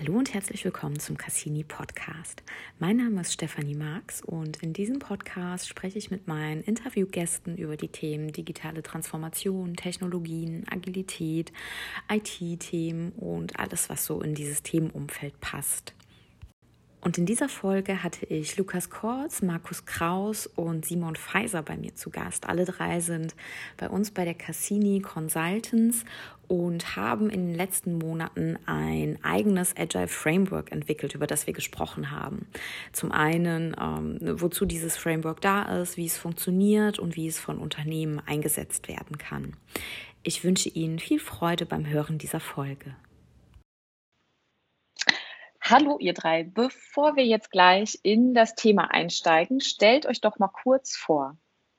Hallo und herzlich willkommen zum Cassini Podcast. Mein Name ist Stefanie Marx und in diesem Podcast spreche ich mit meinen Interviewgästen über die Themen digitale Transformation, Technologien, Agilität, IT-Themen und alles, was so in dieses Themenumfeld passt. Und in dieser Folge hatte ich Lukas Kortz, Markus Kraus und Simon Feiser bei mir zu Gast. Alle drei sind bei uns bei der Cassini Consultants und haben in den letzten Monaten ein eigenes Agile Framework entwickelt, über das wir gesprochen haben. Zum einen, wozu dieses Framework da ist, wie es funktioniert und wie es von Unternehmen eingesetzt werden kann. Ich wünsche Ihnen viel Freude beim Hören dieser Folge. Hallo ihr drei, bevor wir jetzt gleich in das Thema einsteigen, stellt euch doch mal kurz vor.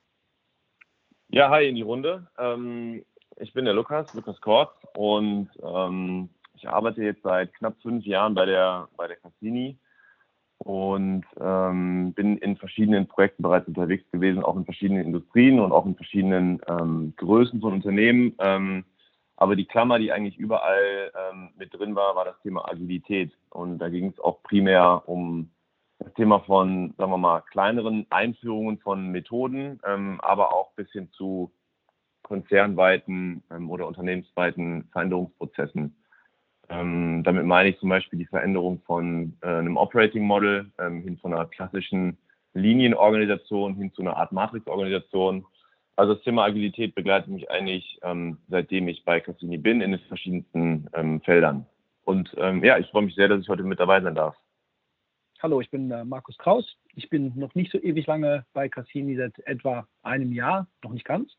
Ja, hi in die Runde. Ich bin der Lukas Kortz und ich arbeite jetzt seit knapp 5 Jahren bei der Cassini und bin in verschiedenen Projekten bereits unterwegs gewesen, auch in verschiedenen Industrien und auch in verschiedenen Größen von Unternehmen. Aber die Klammer, die eigentlich überall mit drin war das Thema Agilität. Und da ging es auch primär um das Thema von, sagen wir mal, kleineren Einführungen von Methoden, aber auch bis hin zu konzernweiten oder unternehmensweiten Veränderungsprozessen. Damit meine ich zum Beispiel die Veränderung von einem Operating Model hin von einer klassischen Linienorganisation hin zu einer Art Matrixorganisation. Also das Thema Agilität begleitet mich eigentlich seitdem ich bei Cassini bin, in den verschiedensten Feldern. Und ich freue mich sehr, dass ich heute mit dabei sein darf. Hallo, ich bin Markus Kraus. Ich bin noch nicht so ewig lange bei Cassini, seit etwa einem Jahr, noch nicht ganz.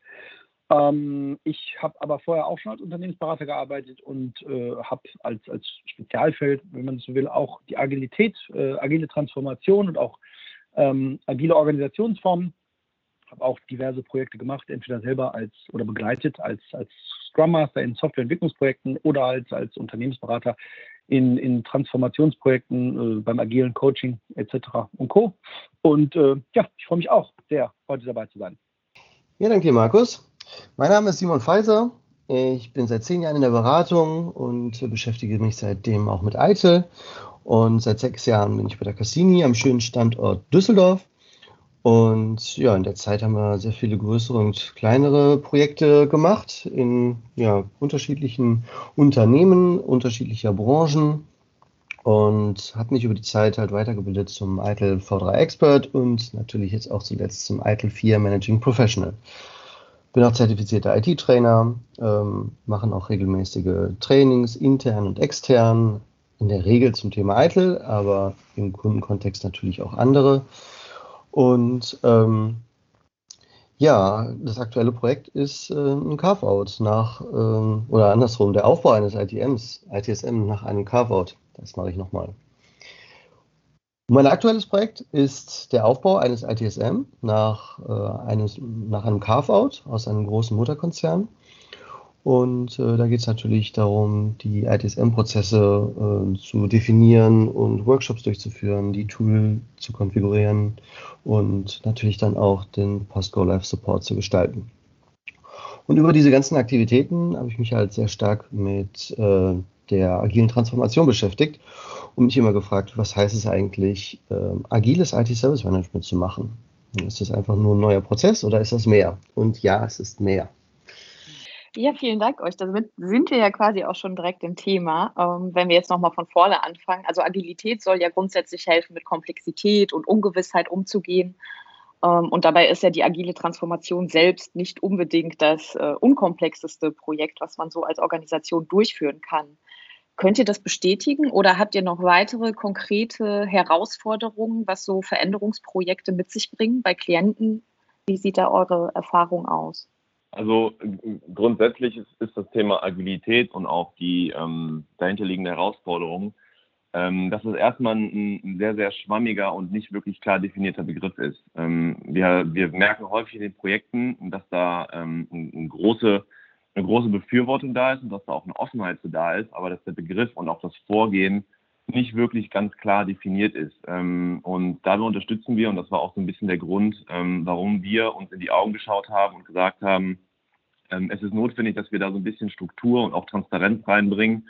Ich habe aber vorher auch schon als Unternehmensberater gearbeitet und habe als Spezialfeld, wenn man so will, auch die Agilität, agile Transformation und auch agile Organisationsformen. Habe auch diverse Projekte gemacht, entweder selber oder begleitet als Scrum Master in Softwareentwicklungsprojekten oder als Unternehmensberater in Transformationsprojekten, beim agilen Coaching etc. und Co. Und ich freue mich auch sehr, heute dabei zu sein. Ja, danke dir, Markus. Mein Name ist Simon Feiser. Ich bin seit 10 Jahren in der Beratung und beschäftige mich seitdem auch mit ITIL. Und seit 6 Jahren bin ich bei der Cassini am schönen Standort Düsseldorf. Und ja, in der Zeit haben wir sehr viele größere und kleinere Projekte gemacht in unterschiedlichen Unternehmen, unterschiedlicher Branchen und habe mich über die Zeit halt weitergebildet zum ITIL V3 Expert und natürlich jetzt auch zuletzt zum ITIL 4 Managing Professional. Bin auch zertifizierter IT-Trainer, machen auch regelmäßige Trainings, intern und extern, in der Regel zum Thema ITIL, aber im Kundenkontext natürlich auch andere. Und das aktuelle Projekt ist ein Carve-out oder andersrum, der Aufbau eines ITSM nach einem Carve-out. Das mache ich nochmal. Mein aktuelles Projekt ist der Aufbau eines ITSM nach einem Carve-out aus einem großen Mutterkonzern. Und da geht es natürlich darum, die ITSM-Prozesse zu definieren und Workshops durchzuführen, die Tool zu konfigurieren und natürlich dann auch den Post-Go-Live-Support zu gestalten. Und über diese ganzen Aktivitäten habe ich mich halt sehr stark mit der agilen Transformation beschäftigt und mich immer gefragt, was heißt es eigentlich, agiles IT-Service-Management zu machen? Ist das einfach nur ein neuer Prozess oder ist das mehr? Und ja, es ist mehr. Ja, vielen Dank euch. Damit sind wir ja quasi auch schon direkt im Thema. Wenn wir jetzt nochmal von vorne anfangen. Also Agilität soll ja grundsätzlich helfen, mit Komplexität und Ungewissheit umzugehen. Und dabei ist ja die agile Transformation selbst nicht unbedingt das unkomplexeste Projekt, was man so als Organisation durchführen kann. Könnt ihr das bestätigen oder habt ihr noch weitere konkrete Herausforderungen, was so Veränderungsprojekte mit sich bringen bei Klienten? Wie sieht da eure Erfahrung aus? Also grundsätzlich ist das Thema Agilität und auch die dahinterliegende Herausforderung, dass es erstmal ein sehr, sehr schwammiger und nicht wirklich klar definierter Begriff ist. Wir merken häufig in den Projekten, dass da eine große Befürwortung da ist und dass da auch eine Offenheit so da ist, aber dass der Begriff und auch das Vorgehen nicht wirklich ganz klar definiert ist. Und dabei unterstützen wir, und das war auch so ein bisschen der Grund, warum wir uns in die Augen geschaut haben und gesagt haben, es ist notwendig, dass wir da so ein bisschen Struktur und auch Transparenz reinbringen,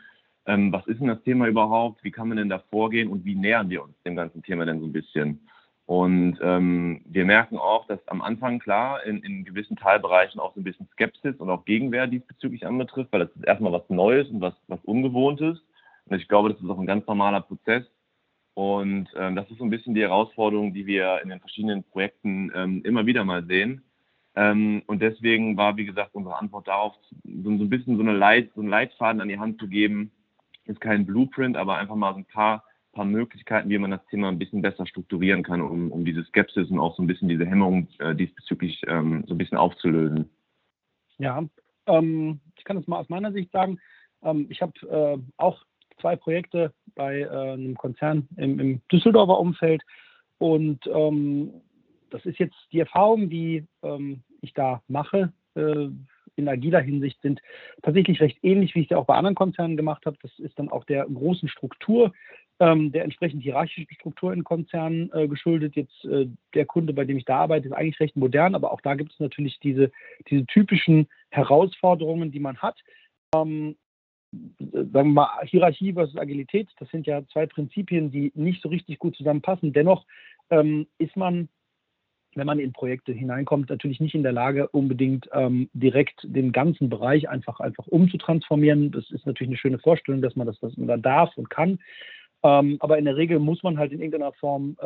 Was ist denn das Thema überhaupt? Wie kann man denn da vorgehen und wie nähern wir uns dem ganzen Thema denn so ein bisschen? Und wir merken auch, dass am Anfang klar in gewissen Teilbereichen auch so ein bisschen Skepsis und auch Gegenwehr diesbezüglich anbetrifft, weil das ist erstmal was Neues und was Ungewohntes. Und ich glaube, das ist auch ein ganz normaler Prozess. Und das ist so ein bisschen die Herausforderung, die wir in den verschiedenen Projekten immer wieder mal sehen. Und deswegen war, wie gesagt, unsere Antwort darauf, so ein bisschen so einen Leitfaden an die Hand zu geben. Ist kein Blueprint, aber einfach mal so ein paar Möglichkeiten, wie man das Thema ein bisschen besser strukturieren kann, um diese Skepsis und auch so ein bisschen diese Hemmung diesbezüglich so ein bisschen aufzulösen. Ja, ich kann das mal aus meiner Sicht sagen. Ich habe auch 2 Projekte bei einem Konzern im Düsseldorfer Umfeld und das ist jetzt die Erfahrung, die ich da mache in agiler Hinsicht, sind tatsächlich recht ähnlich, wie ich es ja auch bei anderen Konzernen gemacht habe. Das ist dann auch der großen Struktur, der entsprechend hierarchischen Struktur in Konzernen geschuldet. Jetzt der Kunde, bei dem ich da arbeite, ist eigentlich recht modern, aber auch da gibt es natürlich diese typischen Herausforderungen, die man hat. Sagen wir mal, Hierarchie versus Agilität, das sind ja 2 Prinzipien, die nicht so richtig gut zusammenpassen. Dennoch ist man, wenn man in Projekte hineinkommt, natürlich nicht in der Lage, unbedingt direkt den ganzen Bereich einfach umzutransformieren. Das ist natürlich eine schöne Vorstellung, dass man das dann darf und kann. Aber in der Regel muss man halt in irgendeiner Form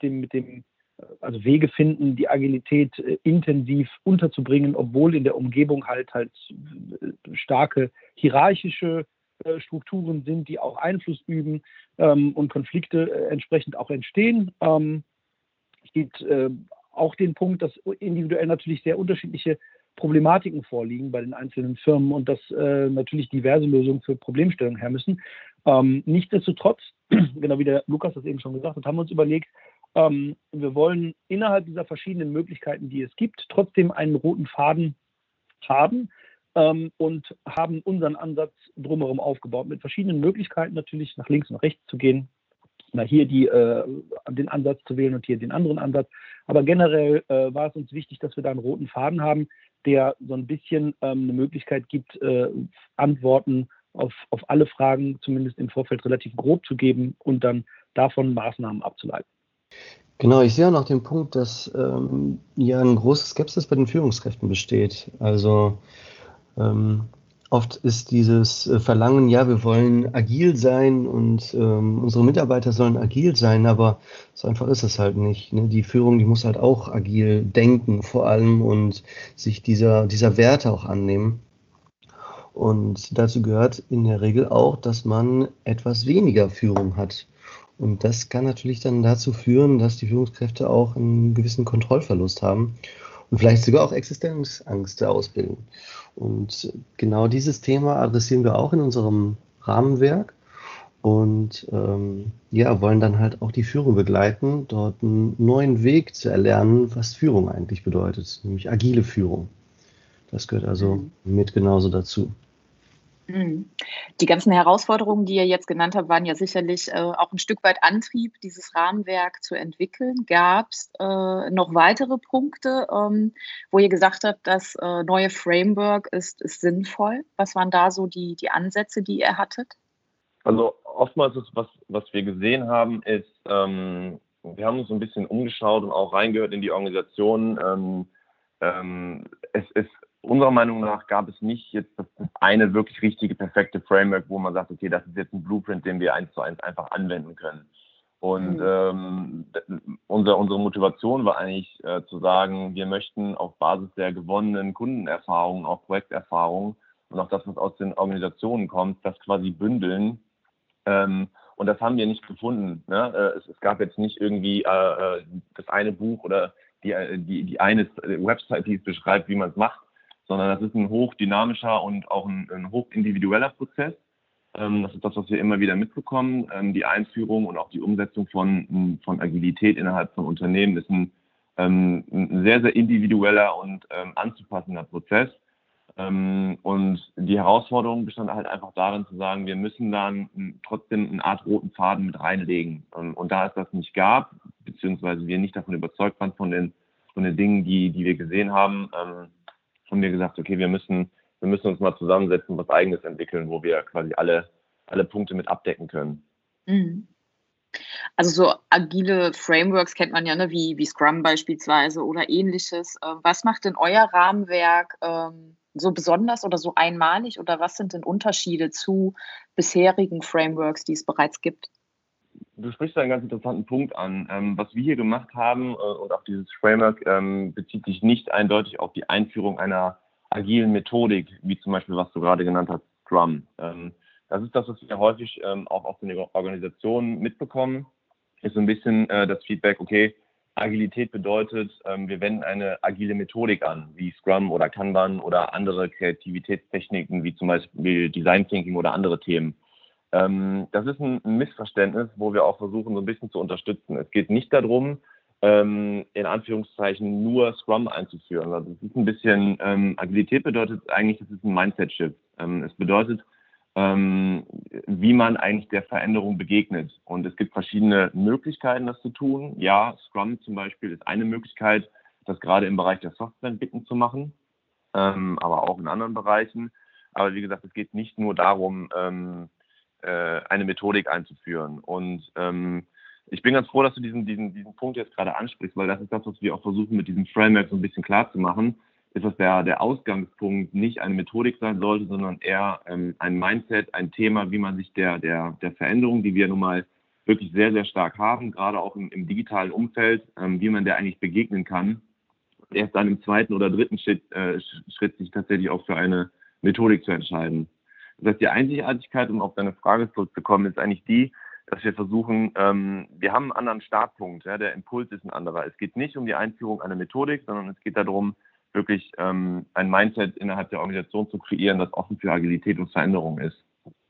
also Wege finden, die Agilität intensiv unterzubringen, obwohl in der Umgebung halt starke hierarchische Strukturen sind, die auch Einfluss üben und Konflikte entsprechend auch entstehen. Es gibt auch den Punkt, dass individuell natürlich sehr unterschiedliche Problematiken vorliegen bei den einzelnen Firmen und dass natürlich diverse Lösungen für Problemstellungen her müssen. Nichtsdestotrotz, genau wie der Lukas das eben schon gesagt hat, haben wir uns überlegt, wir wollen innerhalb dieser verschiedenen Möglichkeiten, die es gibt, trotzdem einen roten Faden haben und haben unseren Ansatz drumherum aufgebaut, mit verschiedenen Möglichkeiten natürlich nach links und nach rechts zu gehen, mal hier den Ansatz zu wählen und hier den anderen Ansatz. Aber generell war es uns wichtig, dass wir da einen roten Faden haben, der so ein bisschen eine Möglichkeit gibt, Antworten auf alle Fragen zumindest im Vorfeld relativ grob zu geben und dann davon Maßnahmen abzuleiten. Genau, ich sehe auch noch den Punkt, dass ja eine große Skepsis bei den Führungskräften besteht. Also oft ist dieses Verlangen, ja, wir wollen agil sein und unsere Mitarbeiter sollen agil sein, aber so einfach ist es halt nicht. Ne? Die Führung, die muss halt auch agil denken vor allem und sich dieser Werte auch annehmen. Und dazu gehört in der Regel auch, dass man etwas weniger Führung hat. Und das kann natürlich dann dazu führen, dass die Führungskräfte auch einen gewissen Kontrollverlust haben und vielleicht sogar auch Existenzängste ausbilden. Und genau dieses Thema adressieren wir auch in unserem Rahmenwerk und wollen dann halt auch die Führung begleiten, dort einen neuen Weg zu erlernen, was Führung eigentlich bedeutet, nämlich agile Führung. Das gehört also mit genauso dazu. Die ganzen Herausforderungen, die ihr jetzt genannt habt, waren ja sicherlich auch ein Stück weit Antrieb, dieses Rahmenwerk zu entwickeln. Gab es noch weitere Punkte, wo ihr gesagt habt, das neue Framework ist sinnvoll? Was waren da so die Ansätze, die ihr hattet? Also oftmals ist, was wir gesehen haben, ist, wir haben uns so ein bisschen umgeschaut und auch reingehört in die Organisation. Unserer Meinung nach gab es nicht jetzt das eine wirklich richtige, perfekte Framework, wo man sagt, okay, das ist jetzt ein Blueprint, den wir 1:1 einfach anwenden können. Und unsere Motivation war eigentlich zu sagen, wir möchten auf Basis der gewonnenen Kundenerfahrungen, auch Projekterfahrungen und auch das, was aus den Organisationen kommt, das quasi bündeln. Und das haben wir nicht gefunden. Ne? Es gab jetzt nicht irgendwie das eine Buch oder die eine Website, die es beschreibt, wie man es macht, sondern das ist ein hochdynamischer und auch ein hochindividueller Prozess. Das ist das, was wir immer wieder mitbekommen. Die Einführung und auch die Umsetzung von Agilität innerhalb von Unternehmen ist ein sehr, sehr individueller und anzupassender Prozess. Und die Herausforderung bestand halt einfach darin zu sagen, wir müssen dann trotzdem eine Art roten Faden mit reinlegen. Und da es das nicht gab, beziehungsweise wir nicht davon überzeugt waren von den Dingen, die wir gesehen haben, haben wir gesagt, okay, wir müssen uns mal zusammensetzen, was Eigenes entwickeln, wo wir quasi alle alle Punkte mit abdecken können. Mhm. Also so agile Frameworks kennt man ja, ne, wie Scrum beispielsweise oder ähnliches. Was macht denn euer Rahmenwerk so besonders oder so einmalig oder was sind denn Unterschiede zu bisherigen Frameworks, die es bereits gibt? Du sprichst da einen ganz interessanten Punkt an. Was wir hier gemacht haben und auch dieses Framework bezieht sich nicht eindeutig auf die Einführung einer agilen Methodik, wie zum Beispiel, was du gerade genannt hast, Scrum. Das ist das, was wir häufig auch aus den Organisationen mitbekommen, ist so ein bisschen das Feedback, okay, Agilität bedeutet, wir wenden eine agile Methodik an, wie Scrum oder Kanban oder andere Kreativitätstechniken, wie zum Beispiel Design Thinking oder andere Themen. Das ist ein Missverständnis, wo wir auch versuchen, so ein bisschen zu unterstützen. Es geht nicht darum, in Anführungszeichen nur Scrum einzuführen. Also es ist ein bisschen, Agilität bedeutet eigentlich, es ist ein Mindset-Shift. Es bedeutet, wie man eigentlich der Veränderung begegnet. Und es gibt verschiedene Möglichkeiten, das zu tun. Ja, Scrum zum Beispiel ist eine Möglichkeit, das gerade im Bereich der Softwareentwicklung zu machen, aber auch in anderen Bereichen. Aber wie gesagt, es geht nicht nur darum, eine Methodik einzuführen. Und ich bin ganz froh, dass du diesen Punkt jetzt gerade ansprichst, weil das ist das, was wir auch versuchen, mit diesem Framework so ein bisschen klar zu machen, ist, dass der Ausgangspunkt nicht eine Methodik sein sollte, sondern eher ein Mindset, ein Thema, wie man sich der Veränderung, die wir nun mal wirklich sehr, sehr stark haben, gerade auch im digitalen Umfeld, wie man der eigentlich begegnen kann. Erst dann im zweiten oder dritten Schritt sich tatsächlich auch für eine Methodik zu entscheiden. Das heißt, die Einzigartigkeit, um auf deine Frage zurückzukommen, ist eigentlich die, dass wir versuchen, wir haben einen anderen Startpunkt, ja, der Impuls ist ein anderer. Es geht nicht um die Einführung einer Methodik, sondern es geht darum, wirklich ein Mindset innerhalb der Organisation zu kreieren, das offen für Agilität und Veränderung ist.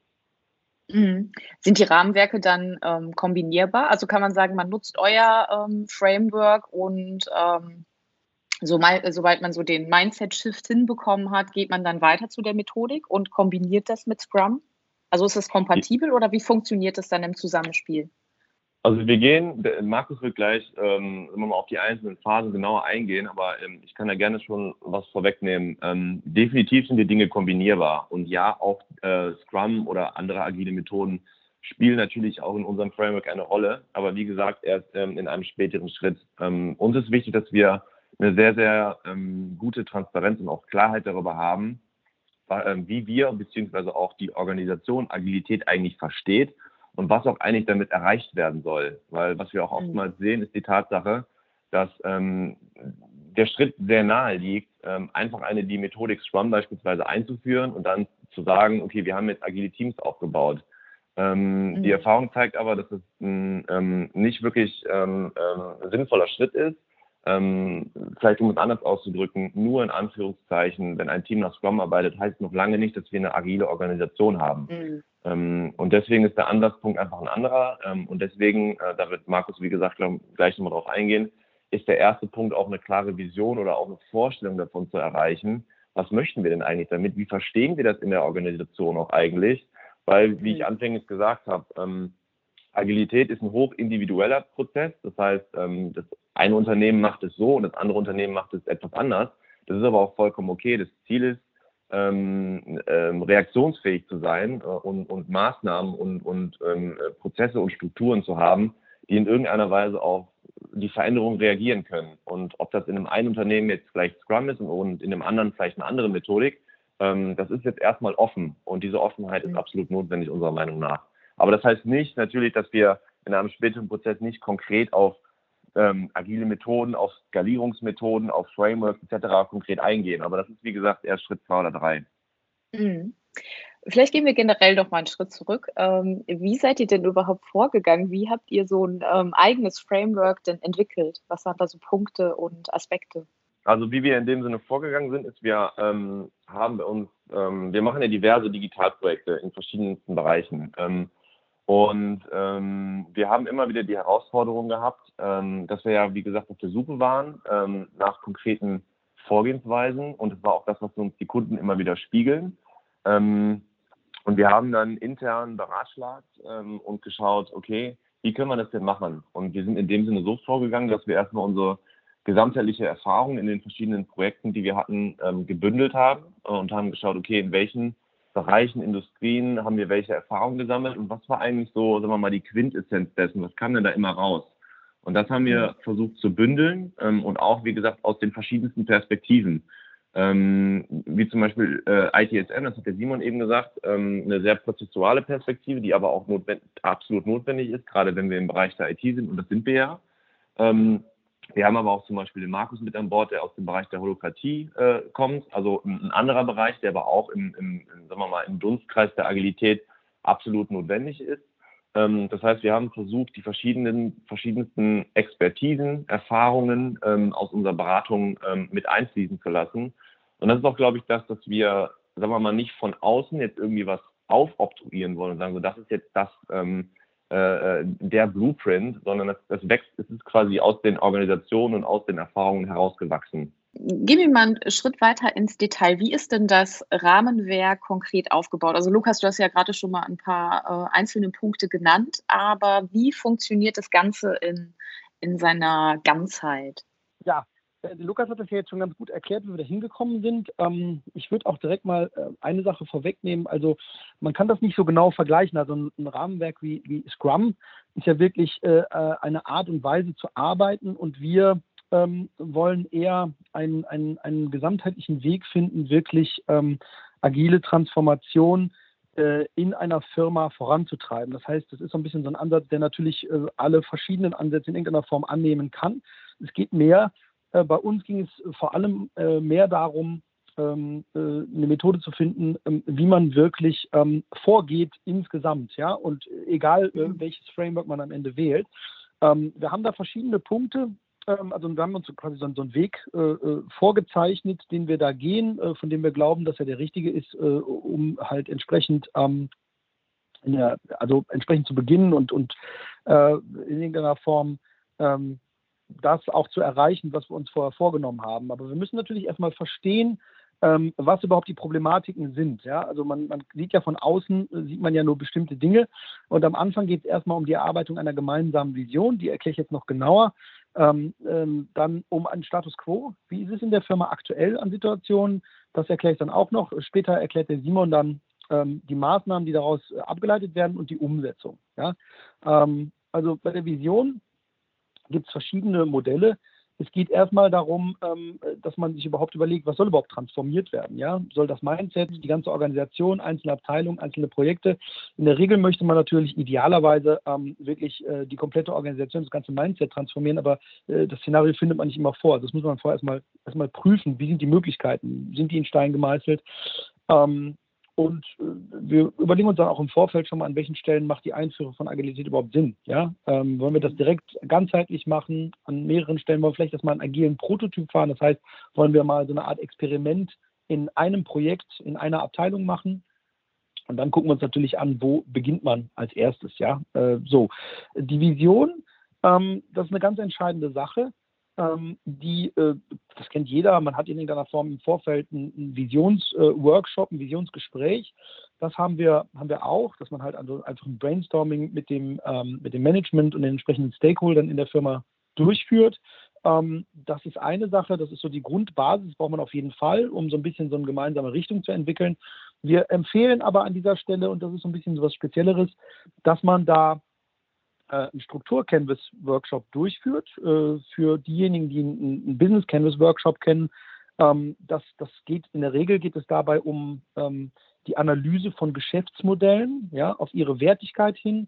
Mhm. Sind die Rahmenwerke dann kombinierbar? Also kann man sagen, man nutzt euer Framework und sobald man so den Mindset-Shift hinbekommen hat, geht man dann weiter zu der Methodik und kombiniert das mit Scrum? Also ist das kompatibel oder wie funktioniert das dann im Zusammenspiel? Also Markus wird gleich immer mal auf die einzelnen Phasen genauer eingehen, aber ich kann da gerne schon was vorwegnehmen. Definitiv sind die Dinge kombinierbar und ja, auch Scrum oder andere agile Methoden spielen natürlich auch in unserem Framework eine Rolle, aber wie gesagt, erst in einem späteren Schritt. Uns ist wichtig, dass wir eine sehr, sehr gute Transparenz und auch Klarheit darüber haben, wie wir bzw. auch die Organisation Agilität eigentlich versteht und was auch eigentlich damit erreicht werden soll. Weil was wir auch oftmals sehen, ist die Tatsache, dass der Schritt sehr nahe liegt, einfach die Methodik Scrum beispielsweise einzuführen und dann zu sagen, okay, wir haben jetzt agile Teams aufgebaut. Die Erfahrung zeigt aber, dass es nicht wirklich ein sinnvoller Schritt ist. Vielleicht um es anders auszudrücken, nur in Anführungszeichen, wenn ein Team nach Scrum arbeitet, heißt es noch lange nicht, dass wir eine agile Organisation haben. Und deswegen ist der Ansatzpunkt einfach ein anderer. Und deswegen, da wird Markus, wie gesagt, gleich nochmal drauf eingehen, ist der erste Punkt auch eine klare Vision oder auch eine Vorstellung davon zu erreichen. Was möchten wir denn eigentlich damit? Wie verstehen wir das in der Organisation auch eigentlich? Weil, wie ich anfänglich gesagt habe, Agilität ist ein hochindividueller Prozess. Das heißt, das eine Unternehmen macht es so und das andere Unternehmen macht es etwas anders. Das ist aber auch vollkommen okay. Das Ziel ist, reaktionsfähig zu sein und Maßnahmen und Prozesse und Strukturen zu haben, die in irgendeiner Weise auf die Veränderung reagieren können. Und ob das in einem einen Unternehmen jetzt vielleicht Scrum ist und in einem anderen vielleicht eine andere Methodik, das ist jetzt erstmal offen. Und diese Offenheit ist absolut notwendig, unserer Meinung nach. Aber das heißt nicht natürlich, dass wir in einem späteren Prozess nicht konkret auf agile Methoden, auf Skalierungsmethoden, auf Frameworks etc. konkret eingehen. Aber das ist, wie gesagt, erst Schritt 2 oder 3. Vielleicht gehen wir generell noch mal einen Schritt zurück. Wie seid ihr denn überhaupt vorgegangen? Wie habt ihr so ein eigenes Framework denn entwickelt? Was waren da so Punkte und Aspekte? Also wie wir in dem Sinne vorgegangen sind, ist, wir machen ja diverse Digitalprojekte in verschiedensten Bereichen. Und wir haben immer wieder die Herausforderung gehabt, dass wir ja, wie gesagt, auf der Suche waren nach konkreten Vorgehensweisen. Und das war auch das, was uns die Kunden immer wieder spiegeln. Und wir haben dann intern beratschlagt und geschaut, okay, wie können wir das denn machen? Und wir sind in dem Sinne so vorgegangen, dass wir erstmal unsere gesamtheitliche Erfahrung in den verschiedenen Projekten, die wir hatten, gebündelt haben und haben geschaut, okay, in welchen Bereichen, Industrien haben wir welche Erfahrungen gesammelt und was war eigentlich so, sagen wir mal, die Quintessenz dessen, was kam denn da immer raus? Und das haben wir versucht zu bündeln und auch, wie gesagt, aus den verschiedensten Perspektiven. Wie zum Beispiel ITSM, das hat der Simon eben gesagt, eine sehr prozessuale Perspektive, die aber auch absolut notwendig ist, gerade wenn wir im Bereich der IT sind, und das sind wir ja. Wir haben aber auch zum Beispiel den Markus mit an Bord, der aus dem Bereich der Holokratie kommt, also ein anderer Bereich, der aber auch sagen wir mal, im Dunstkreis der Agilität absolut notwendig ist. Das heißt, wir haben versucht, die verschiedensten Expertisen, Erfahrungen aus unserer Beratung mit einfließen zu lassen. Und das ist auch, glaube ich, dass wir, sagen wir mal, nicht von außen jetzt irgendwie was aufobtruieren wollen und sagen, so, das ist jetzt der Blueprint, sondern es ist quasi aus den Organisationen und aus den Erfahrungen herausgewachsen. Gehen wir mal einen Schritt weiter ins Detail. Wie ist denn das Rahmenwerk konkret aufgebaut? Also Lukas, du hast ja gerade schon mal ein paar einzelne Punkte genannt, aber wie funktioniert das Ganze in seiner Ganzheit? Ja, Lukas hat das ja jetzt schon ganz gut erklärt, wie wir da hingekommen sind. Ich würde auch direkt mal eine Sache vorwegnehmen. Also man kann das nicht so genau vergleichen. Also ein Rahmenwerk wie Scrum ist ja wirklich eine Art und Weise zu arbeiten, und wir wollen eher einen gesamtheitlichen Weg finden, wirklich agile Transformation in einer Firma voranzutreiben. Das heißt, das ist so ein bisschen so ein Ansatz, der natürlich alle verschiedenen Ansätze in irgendeiner Form annehmen kann. Es geht mehr, bei uns ging es vor allem mehr darum, eine Methode zu finden, wie man wirklich vorgeht insgesamt, ja, und egal welches Framework man am Ende wählt. Wir haben da verschiedene Punkte. Also wir haben uns quasi so einen Weg vorgezeichnet, den wir da gehen, von dem wir glauben, dass er der richtige ist, um halt entsprechend entsprechend zu beginnen und in irgendeiner Form das auch zu erreichen, was wir uns vorher vorgenommen haben. Aber wir müssen natürlich erstmal verstehen, was überhaupt die Problematiken sind. Ja? Also man sieht ja von außen, sieht man ja nur bestimmte Dinge. Und am Anfang geht es erstmal um die Erarbeitung einer gemeinsamen Vision, die erkläre ich jetzt noch genauer. Dann um einen Status Quo. Wie ist es in der Firma aktuell an Situationen? Das erkläre ich dann auch noch. Später erklärt der Simon dann die Maßnahmen, die daraus abgeleitet werden, und die Umsetzung. Ja? Also bei der Vision gibt es verschiedene Modelle. Es geht erstmal darum, dass man sich überhaupt überlegt, was soll überhaupt transformiert werden. Ja? Soll das Mindset, die ganze Organisation, einzelne Abteilungen, einzelne Projekte? In der Regel möchte man natürlich idealerweise wirklich die komplette Organisation, das ganze Mindset transformieren, aber das Szenario findet man nicht immer vor. Das muss man vorher erstmal prüfen. Wie sind die Möglichkeiten? Sind die in Stein gemeißelt? Und wir überlegen uns dann auch im Vorfeld schon mal, an welchen Stellen macht die Einführung von Agilität überhaupt Sinn. Ja? Wollen wir das direkt ganzheitlich machen? An mehreren Stellen wollen wir vielleicht erstmal einen agilen Prototyp fahren. Das heißt, wollen wir mal so eine Art Experiment in einem Projekt, in einer Abteilung machen? Und dann gucken wir uns natürlich an, wo beginnt man als erstes. Ja? Die Vision, das ist eine ganz entscheidende Sache. Das kennt jeder, man hat in irgendeiner Form im Vorfeld einen Visionsworkshop, ein Visionsgespräch. Das haben wir auch, dass man halt also einfach ein Brainstorming mit dem Management und den entsprechenden Stakeholdern in der Firma durchführt. Das ist eine Sache, das ist so die Grundbasis, das braucht man auf jeden Fall, um so ein bisschen so eine gemeinsame Richtung zu entwickeln. Wir empfehlen aber an dieser Stelle, und das ist so ein bisschen so was Spezielleres, dass man da einen Struktur-Canvas-Workshop durchführt. Für diejenigen, die einen Business-Canvas-Workshop kennen, in der Regel geht es dabei um die Analyse von Geschäftsmodellen, ja, auf ihre Wertigkeit hin.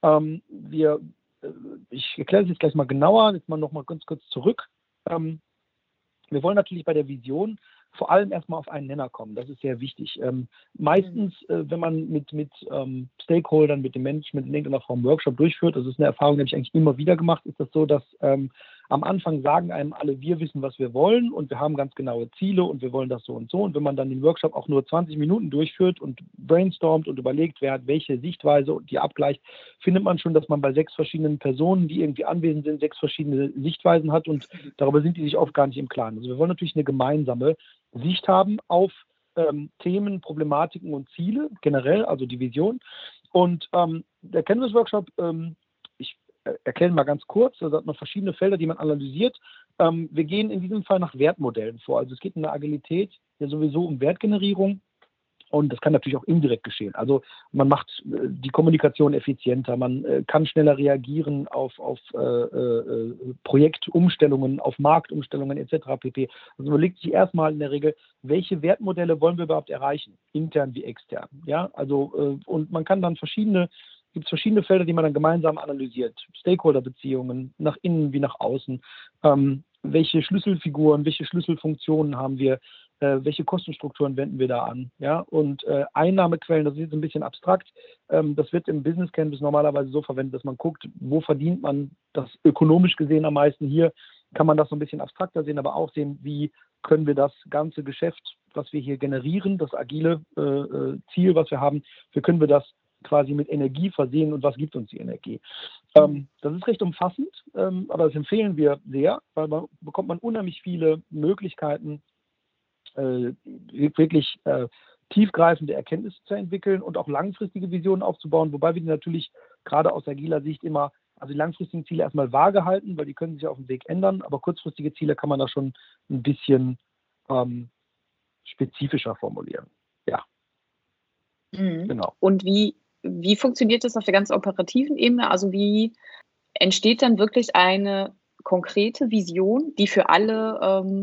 Ich erkläre das jetzt gleich mal genauer, jetzt mal noch mal ganz kurz zurück. Wir wollen natürlich bei der Vision vor allem erstmal auf einen Nenner kommen. Das ist sehr wichtig. Meistens, wenn man mit Stakeholdern, mit dem Management in irgendeiner Form Workshop durchführt, das ist eine Erfahrung, die habe ich eigentlich immer wieder gemacht, ist das so, dass am Anfang sagen einem alle, wir wissen, was wir wollen, und wir haben ganz genaue Ziele und wir wollen das so und so. Und wenn man dann den Workshop auch nur 20 Minuten durchführt und brainstormt und überlegt, wer hat welche Sichtweise und die abgleicht, findet man schon, dass man bei 6 verschiedenen Personen, die irgendwie anwesend sind, 6 verschiedene Sichtweisen hat, und darüber sind die sich oft gar nicht im Klaren. Also wir wollen natürlich eine gemeinsame Sicht haben auf Themen, Problematiken und Ziele generell, also die Vision. Und der Canvas Workshop, ich erkläre mal ganz kurz, also hat man verschiedene Felder, die man analysiert. Wir gehen in diesem Fall nach Wertmodellen vor. Also es geht in der Agilität ja sowieso um Wertgenerierung. Und das kann natürlich auch indirekt geschehen. Also man macht die Kommunikation effizienter, man kann schneller reagieren auf Projektumstellungen, auf Marktumstellungen etc. pp. Also überlegt sich erstmal in der Regel, welche Wertmodelle wollen wir überhaupt erreichen, intern wie extern. Ja, also und man kann dann gibt es verschiedene Felder, die man dann gemeinsam analysiert. Stakeholder-Beziehungen nach innen wie nach außen. Welche Schlüsselfiguren, welche Schlüsselfunktionen haben wir? Welche Kostenstrukturen wenden wir da an? Ja? Und Einnahmequellen, das ist jetzt ein bisschen abstrakt, das wird im Business Canvas normalerweise so verwendet, dass man guckt, wo verdient man das ökonomisch gesehen am meisten. Hier kann man das so ein bisschen abstrakter sehen, aber auch sehen, wie können wir das ganze Geschäft, was wir hier generieren, das agile Ziel, was wir haben, wie können wir das quasi mit Energie versehen und was gibt uns die Energie. Das ist recht umfassend, aber das empfehlen wir sehr, weil man bekommt man unheimlich viele Möglichkeiten, wirklich tiefgreifende Erkenntnisse zu entwickeln und auch langfristige Visionen aufzubauen, wobei wir die natürlich gerade aus agiler Sicht immer, also die langfristigen Ziele erstmal vage halten, weil die können sich auf dem Weg ändern, aber kurzfristige Ziele kann man da schon ein bisschen spezifischer formulieren. Ja. Genau. Und wie funktioniert das auf der ganz operativen Ebene? Also wie entsteht dann wirklich eine konkrete Vision, die für alle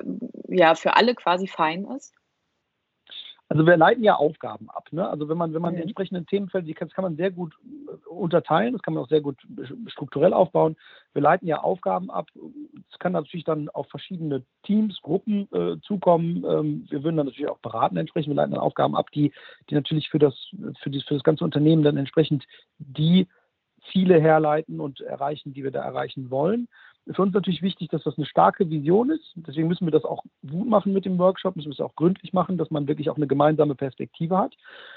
quasi fein ist? Also wir leiten ja Aufgaben ab. Ne? Also wenn man die entsprechenden Themenfelder, das kann man sehr gut unterteilen, das kann man auch sehr gut strukturell aufbauen. Wir leiten ja Aufgaben ab. Es kann natürlich dann auf verschiedene Teams, Gruppen zukommen. Wir würden dann natürlich auch beraten entsprechend. Wir leiten dann Aufgaben ab, die natürlich für das ganze Unternehmen dann entsprechend die Ziele herleiten und erreichen, die wir da erreichen wollen. Für uns natürlich wichtig, dass das eine starke Vision ist. Deswegen müssen wir das auch gut machen mit dem Workshop, müssen wir es auch gründlich machen, dass man wirklich auch eine gemeinsame Perspektive hat.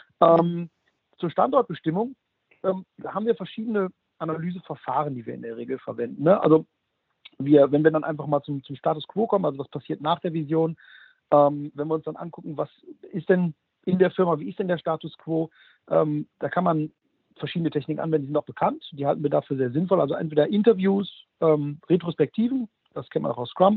Zur Standortbestimmung da haben wir verschiedene Analyseverfahren, die wir in der Regel verwenden. Ne? Also wenn wir dann einfach mal zum Status Quo kommen, also was passiert nach der Vision, wenn wir uns dann angucken, was ist denn in der Firma, wie ist denn der Status Quo, da kann man verschiedene Techniken anwenden, die sind auch bekannt, die halten wir dafür sehr sinnvoll, also entweder Interviews, Retrospektiven, das kennt man auch aus Scrum,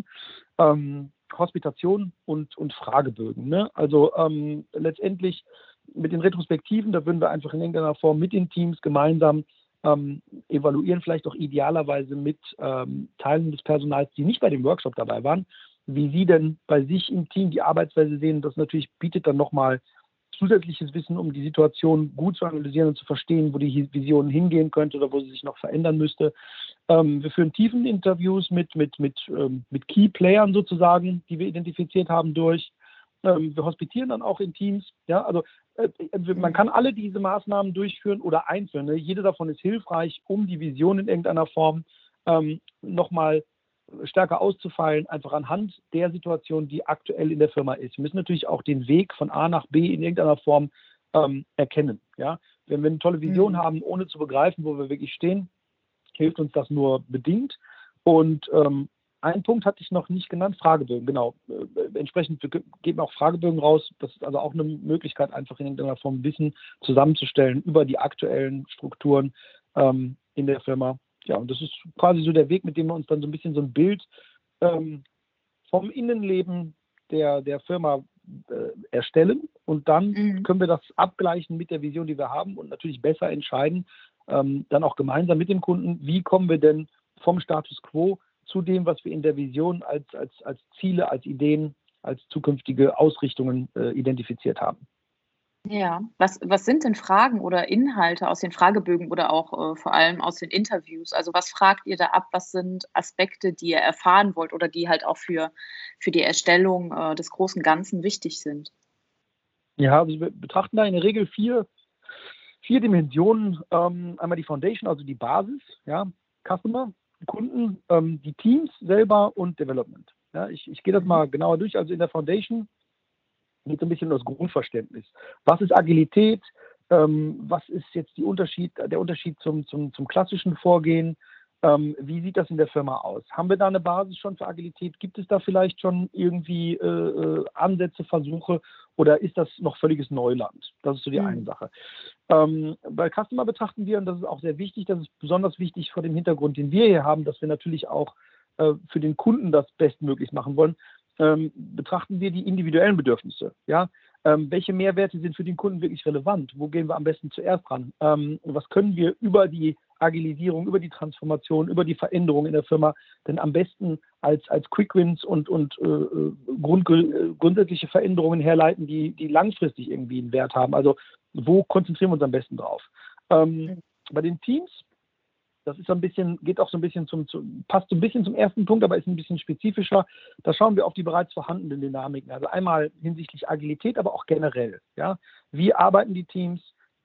Hospitation und Fragebögen. Ne? Also letztendlich mit den Retrospektiven, da würden wir einfach in irgendeiner Form mit den Teams gemeinsam evaluieren, vielleicht auch idealerweise mit Teilen des Personals, die nicht bei dem Workshop dabei waren, wie sie denn bei sich im Team die Arbeitsweise sehen. Das natürlich bietet dann nochmal zusätzliches Wissen, um die Situation gut zu analysieren und zu verstehen, wo die Vision hingehen könnte oder wo sie sich noch verändern müsste. Wir führen Tiefeninterviews mit Key-Playern sozusagen, die wir identifiziert haben durch. Wir hospitieren dann auch in Teams. Ja, also man kann alle diese Maßnahmen durchführen oder einzelne. Jede davon ist hilfreich, um die Vision in irgendeiner Form nochmal stärker auszufeilen, einfach anhand der Situation, die aktuell in der Firma ist. Wir müssen natürlich auch den Weg von A nach B in irgendeiner Form erkennen. Ja? Wenn wir eine tolle Vision haben, ohne zu begreifen, wo wir wirklich stehen, hilft uns das nur bedingt. Und einen Punkt hatte ich noch nicht genannt, Fragebögen, genau. Entsprechend geben wir auch Fragebögen raus. Das ist also auch eine Möglichkeit, einfach in irgendeiner Form Wissen zusammenzustellen über die aktuellen Strukturen in der Firma. Ja, und das ist quasi so der Weg, mit dem wir uns dann so ein bisschen so ein Bild vom Innenleben der Firma erstellen. Und dann können wir das abgleichen mit der Vision, die wir haben und natürlich besser entscheiden, dann auch gemeinsam mit dem Kunden, wie kommen wir denn vom Status Quo zu dem, was wir in der Vision als Ziele, als Ideen, als zukünftige Ausrichtungen identifiziert haben. Ja, was sind denn Fragen oder Inhalte aus den Fragebögen oder auch vor allem aus den Interviews? Also was fragt ihr da ab? Was sind Aspekte, die ihr erfahren wollt oder die halt auch für die Erstellung des großen Ganzen wichtig sind? Ja, also wir betrachten da in der Regel vier Dimensionen. Einmal die Foundation, also die Basis, ja, Customer, Kunden, die Teams selber und Development. Ja, ich gehe das mal genauer durch. Also in der Foundation geht es ein bisschen um das Grundverständnis. Was ist Agilität? Was ist jetzt der Unterschied zum klassischen Vorgehen? Wie sieht das in der Firma aus? Haben wir da eine Basis schon für Agilität? Gibt es da vielleicht schon irgendwie Ansätze, Versuche oder ist das noch völliges Neuland? Das ist so die eine Sache. Bei Customer betrachten wir, und das ist auch sehr wichtig, das ist besonders wichtig vor dem Hintergrund, den wir hier haben, dass wir natürlich auch für den Kunden das bestmöglich machen wollen, betrachten wir die individuellen Bedürfnisse. Ja? welche Mehrwerte sind für den Kunden wirklich relevant? Wo gehen wir am besten zuerst ran? Was können wir über die Agilisierung, über die Transformation, über die Veränderung in der Firma denn am besten als Quick Wins und grundsätzliche Veränderungen herleiten, die langfristig irgendwie einen Wert haben? Also wo konzentrieren wir uns am besten drauf? Bei den Teams, das ist passt so ein bisschen zum ersten Punkt, aber ist ein bisschen spezifischer. Da schauen wir auf die bereits vorhandenen Dynamiken. Also einmal hinsichtlich Agilität, aber auch generell. Ja? Wie arbeiten die Teams?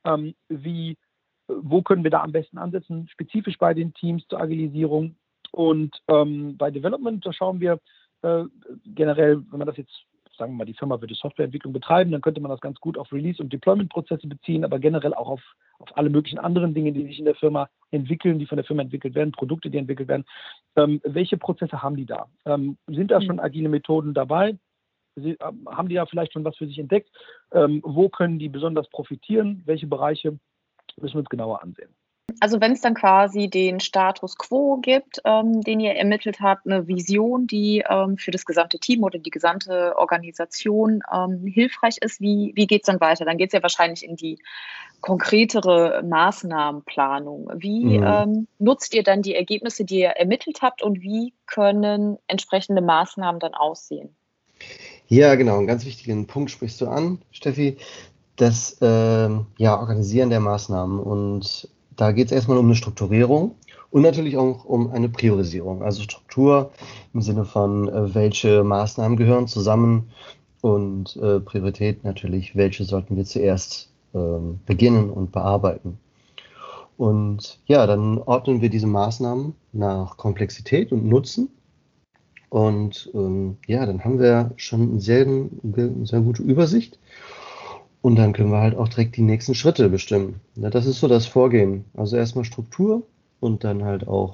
Wo können wir da am besten ansetzen? Spezifisch bei den Teams zur Agilisierung. Und bei Development, da schauen wir generell, wenn man das jetzt, sagen wir mal, die Firma würde Softwareentwicklung betreiben, dann könnte man das ganz gut auf Release- und Deployment-Prozesse beziehen, aber generell auch auf alle möglichen anderen Dinge, die sich in der Firma entwickeln, die von der Firma entwickelt werden, Produkte, die entwickelt werden. Welche Prozesse haben die da? Sind da schon agile Methoden dabei? Haben die ja vielleicht schon was für sich entdeckt? Wo können die besonders profitieren? Welche Bereiche müssen wir uns genauer ansehen? Also wenn es dann quasi den Status quo gibt, den ihr ermittelt habt, eine Vision, die für das gesamte Team oder die gesamte Organisation hilfreich ist, wie geht es dann weiter? Dann geht es ja wahrscheinlich in die konkretere Maßnahmenplanung. Wie nutzt ihr dann die Ergebnisse, die ihr ermittelt habt, und wie können entsprechende Maßnahmen dann aussehen? Ja, genau, einen ganz wichtigen Punkt sprichst du an, Steffi, das Organisieren der Maßnahmen. Und da geht es erstmal um eine Strukturierung und natürlich auch um eine Priorisierung. Also Struktur im Sinne von, welche Maßnahmen gehören zusammen, und Priorität natürlich, welche sollten wir zuerst beginnen und bearbeiten. Und ja, dann ordnen wir diese Maßnahmen nach Komplexität und Nutzen. Und dann haben wir schon eine sehr gute Übersicht. Und dann können wir halt auch direkt die nächsten Schritte bestimmen. Ja, das ist so das Vorgehen. Also erstmal Struktur und dann halt auch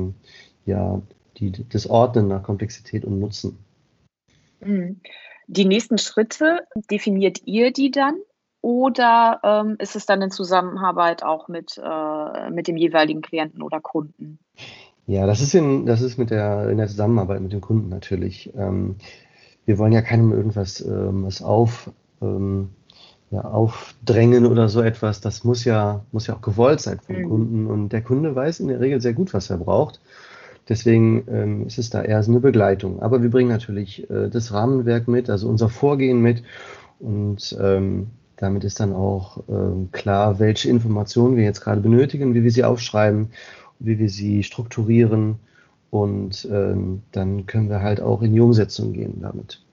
das Ordnen nach Komplexität und Nutzen. Die nächsten Schritte, definiert ihr die dann? Oder ist es dann in Zusammenarbeit auch mit dem jeweiligen Klienten oder Kunden? Ja, das ist in der Zusammenarbeit mit dem Kunden natürlich. Wir wollen ja keinem irgendwas aufdrängen oder so etwas. Das muss ja auch gewollt sein vom Kunden. Und der Kunde weiß in der Regel sehr gut, was er braucht. Deswegen ist es da eher so eine Begleitung. Aber wir bringen natürlich das Rahmenwerk mit, also unser Vorgehen mit. Und damit ist dann auch klar, welche Informationen wir jetzt gerade benötigen, wie wir sie aufschreiben, wie wir sie strukturieren. Und dann können wir halt auch in die Umsetzung gehen damit.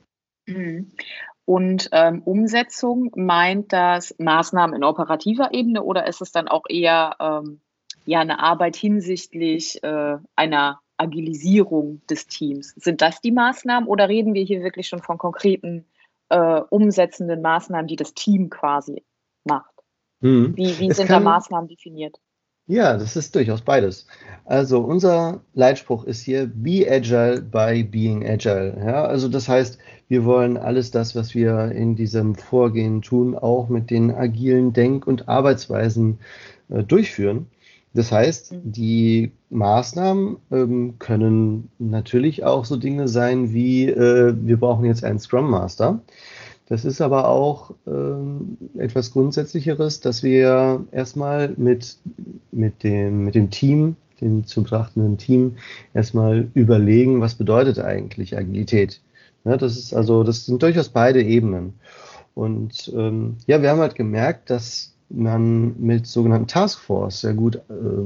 Und Umsetzung, meint das Maßnahmen in operativer Ebene, oder ist es dann auch eher eine Arbeit hinsichtlich einer Agilisierung des Teams? Sind das die Maßnahmen, oder reden wir hier wirklich schon von konkreten umsetzenden Maßnahmen, die das Team quasi macht? Wie sind da Maßnahmen definiert? Ja, das ist durchaus beides. Also unser Leitspruch ist hier: Be agile by being agile. Ja, also das heißt, wir wollen alles das, was wir in diesem Vorgehen tun, auch mit den agilen Denk- und Arbeitsweisen durchführen. Das heißt, die Maßnahmen können natürlich auch so Dinge sein wie, wir brauchen jetzt einen Scrum Master. Das ist aber auch etwas Grundsätzlicheres, dass wir erstmal mit dem Team, dem zu betrachtenden Team, erstmal überlegen, was bedeutet eigentlich Agilität. Ja, das sind durchaus beide Ebenen. Und wir haben halt gemerkt, dass man mit sogenannten Taskforce sehr gut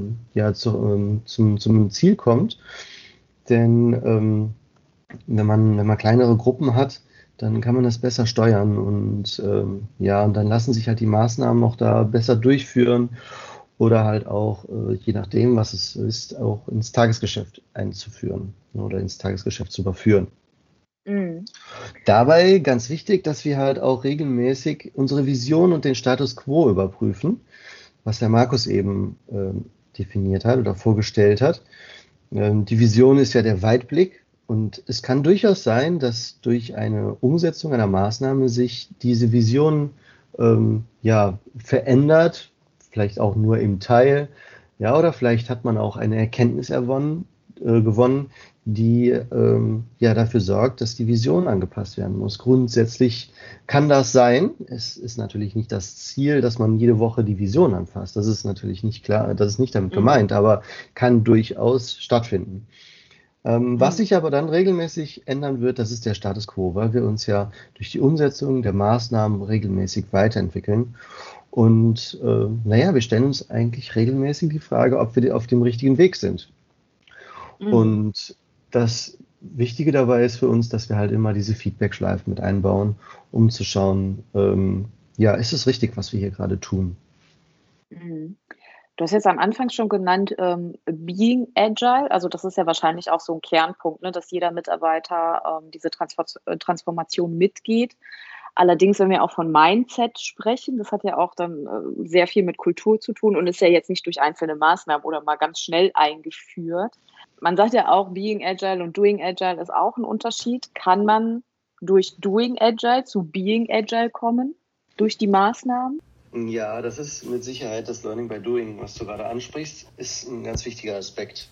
zum Ziel kommt. Denn wenn man kleinere Gruppen hat, dann kann man das besser steuern und dann lassen sich halt die Maßnahmen auch da besser durchführen oder halt auch, je nachdem, was es ist, auch ins Tagesgeschäft einzuführen oder ins Tagesgeschäft zu überführen. Dabei ganz wichtig, dass wir halt auch regelmäßig unsere Vision und den Status quo überprüfen, was der Markus eben definiert hat oder vorgestellt hat. Die Vision ist ja der Weitblick. Und es kann durchaus sein, dass durch eine Umsetzung einer Maßnahme sich diese Vision verändert, vielleicht auch nur im Teil, oder vielleicht hat man auch eine Erkenntnis gewonnen, die ja dafür sorgt, dass die Vision angepasst werden muss. Grundsätzlich kann das sein. Es ist natürlich nicht das Ziel, dass man jede Woche die Vision anpasst. Das ist natürlich nicht klar, das ist nicht damit gemeint, aber kann durchaus stattfinden. Was sich aber dann regelmäßig ändern wird, das ist der Status quo, weil wir uns ja durch die Umsetzung der Maßnahmen regelmäßig weiterentwickeln. Und naja, wir stellen uns eigentlich regelmäßig die Frage, ob wir auf dem richtigen Weg sind. Und das Wichtige dabei ist für uns, dass wir halt immer diese Feedback-Schleifen mit einbauen, um zu schauen, ja, ist es richtig, was wir hier gerade tun? Du hast jetzt am Anfang schon genannt, Being Agile. Also das ist ja wahrscheinlich auch so ein Kernpunkt, ne, dass jeder Mitarbeiter diese Transformation mitgeht. Allerdings, wenn wir auch von Mindset sprechen, das hat ja auch dann sehr viel mit Kultur zu tun und ist ja jetzt nicht durch einzelne Maßnahmen oder mal ganz schnell eingeführt. Man sagt ja auch, Being Agile und Doing Agile ist auch ein Unterschied. Kann man durch Doing Agile zu Being Agile kommen, durch die Maßnahmen? Ja, das ist mit Sicherheit das Learning by Doing, was du gerade ansprichst, ist ein ganz wichtiger Aspekt.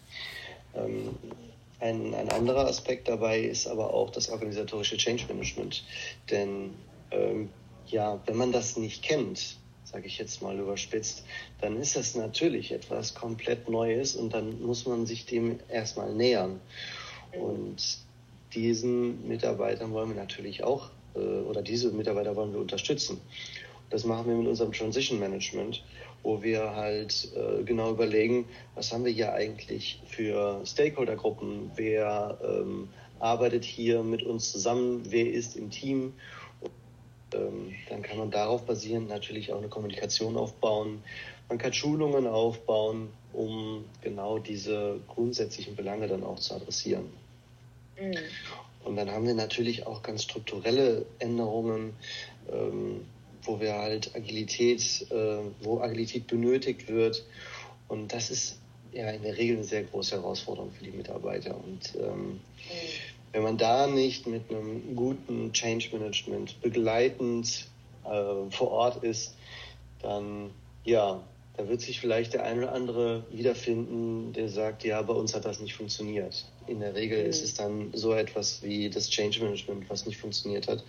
Ein anderer Aspekt dabei ist aber auch das organisatorische Change Management. Denn ja, wenn man das nicht kennt, sage ich jetzt mal überspitzt, dann ist das natürlich etwas komplett Neues und dann muss man sich dem erstmal nähern. Und diesen Mitarbeitern wollen wir natürlich auch, oder diese Mitarbeiter wollen wir unterstützen. Das machen wir mit unserem Transition Management, wo wir halt genau überlegen, was haben wir hier eigentlich für Stakeholdergruppen, wer arbeitet hier mit uns zusammen, wer ist im Team. Und, dann kann man darauf basierend natürlich auch eine Kommunikation aufbauen. Man kann Schulungen aufbauen, um genau diese grundsätzlichen Belange dann auch zu adressieren. Und dann haben wir natürlich auch ganz strukturelle Änderungen, wo wir halt wo Agilität benötigt wird. Und das ist ja in der Regel eine sehr große Herausforderung für die Mitarbeiter. Und wenn man da nicht mit einem guten Change Management begleitend vor Ort ist, dann ja, da wird sich vielleicht der eine oder andere wiederfinden, der sagt, ja, bei uns hat das nicht funktioniert. In der Regel ist es dann so etwas wie das Change Management, was nicht funktioniert hat.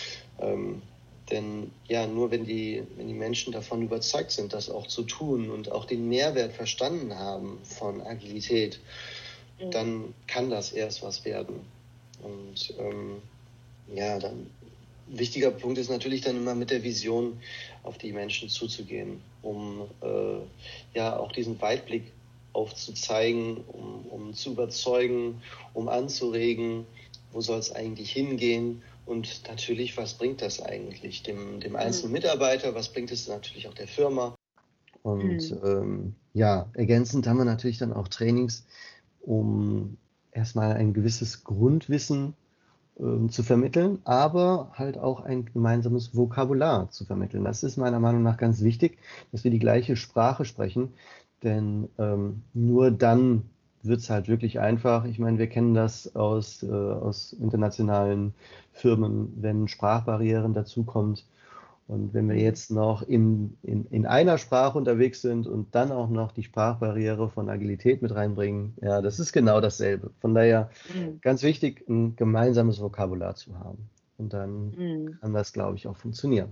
Denn ja, nur wenn die Menschen davon überzeugt sind, das auch zu tun und auch den Mehrwert verstanden haben von Agilität, dann kann das erst was werden. Und ja, dann wichtiger Punkt ist natürlich dann immer mit der Vision auf die Menschen zuzugehen, um ja auch diesen Weitblick aufzuzeigen, um zu überzeugen, um anzuregen, wo soll es eigentlich hingehen. Und natürlich, was bringt das eigentlich dem einzelnen Mitarbeiter? Was bringt es natürlich auch der Firma? Und ja, ergänzend haben wir natürlich dann auch Trainings, um erstmal ein gewisses Grundwissen zu vermitteln, aber halt auch ein gemeinsames Vokabular zu vermitteln. Das ist meiner Meinung nach ganz wichtig, dass wir die gleiche Sprache sprechen, denn nur dann wird es halt wirklich einfach. Ich meine, wir kennen das aus internationalen Firmen, wenn Sprachbarrieren dazukommt. Und wenn wir jetzt noch in einer Sprache unterwegs sind und dann auch noch die Sprachbarriere von Agilität mit reinbringen, ja, das ist genau dasselbe. Von daher ganz wichtig, ein gemeinsames Vokabular zu haben. Und dann kann das, glaube ich, auch funktionieren.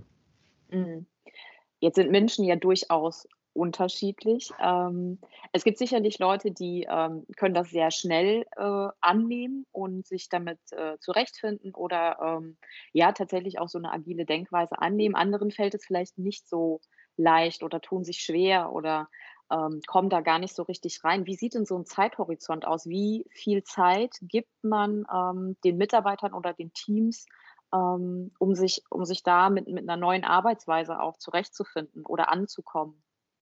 Jetzt sind Menschen ja durchaus unterschiedlich. Es gibt sicherlich Leute, die können das sehr schnell annehmen und sich damit zurechtfinden oder ja, tatsächlich auch so eine agile Denkweise annehmen. Anderen fällt es vielleicht nicht so leicht oder tun sich schwer oder kommen da gar nicht so richtig rein. Wie sieht denn so ein Zeithorizont aus? Wie viel Zeit gibt man den Mitarbeitern oder den Teams, um sich da mit einer neuen Arbeitsweise auch zurechtzufinden oder anzukommen?